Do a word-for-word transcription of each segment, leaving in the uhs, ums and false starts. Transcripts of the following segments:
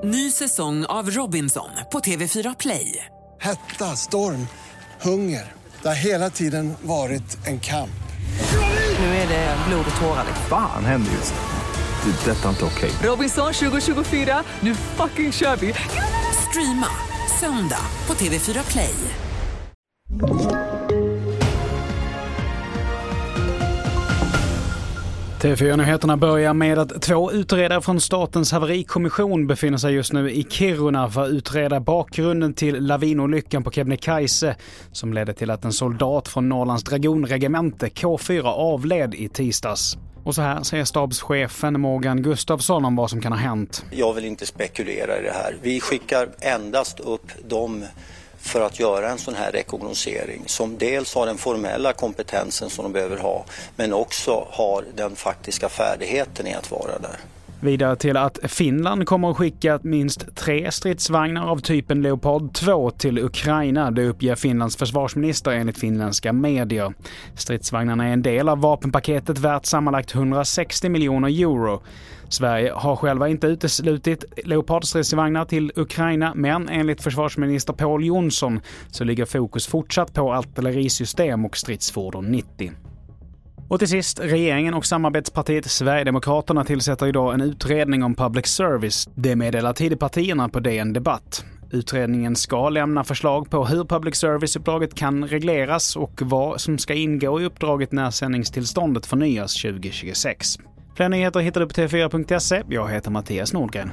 Ny säsong av Robinson på T V fyra Play. Hetta, storm, hunger. Det har hela tiden varit en kamp. Nu är det blod och tårar. Fan händer just det. Det är detta inte okej. Robinson tjugo tjugofyra, nu fucking kör vi. Streama söndag på T V fyra Play. T V fyra-nyheterna börjar med att två utredare från Statens haverikommission befinner sig just nu i Kiruna för att utreda bakgrunden till lavinolyckan på Kebnekaise som ledde till att en soldat från Norrlands dragonregemente K fyra avled i tisdags. Och så här säger stabschefen Morgan Gustafsson om vad som kan ha hänt. Jag vill inte spekulera i det här. Vi skickar endast upp dem för att göra en sån här rekognosering som dels har den formella kompetensen som de behöver ha, men också har den faktiska färdigheten i att vara där. Vidare till att Finland kommer att skicka minst tre stridsvagnar av typen Leopard två till Ukraina. Det uppger Finlands försvarsminister enligt finländska medier. Stridsvagnarna är en del av vapenpaketet värt sammanlagt hundrasextio miljoner euro. Sverige har själva inte uteslutit Leopardstridsvagnar till Ukraina, men enligt försvarsminister Pål Jonsson så ligger fokus fortsatt på artillerisystem och stridsfordon nittio. Och till sist, regeringen och samarbetspartiet Sverigedemokraterna tillsätter idag en utredning om public service. Det meddelar Tidöpartierna på D N Debatt. Utredningen ska lämna förslag på hur public service-uppdraget kan regleras och vad som ska ingå i uppdraget när sändningstillståndet förnyas tjugo tjugosex. Fler nyheter hittar du på T fyra punkt se. Jag heter Mattias Nordgren.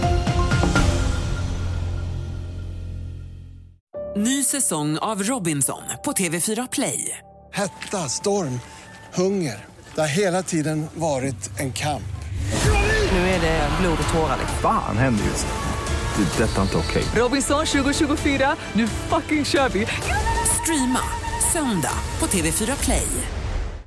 Ny säsong av Robinson på T V fyra Play. Hetta, storm, hunger. Det har hela tiden varit en kamp. Nu är det blod och tårar. Fan händer just det. Det är detta inte okej. Robinson tjugo tjugofyra, nu fucking kör vi. Streama söndag på T V fyra Play.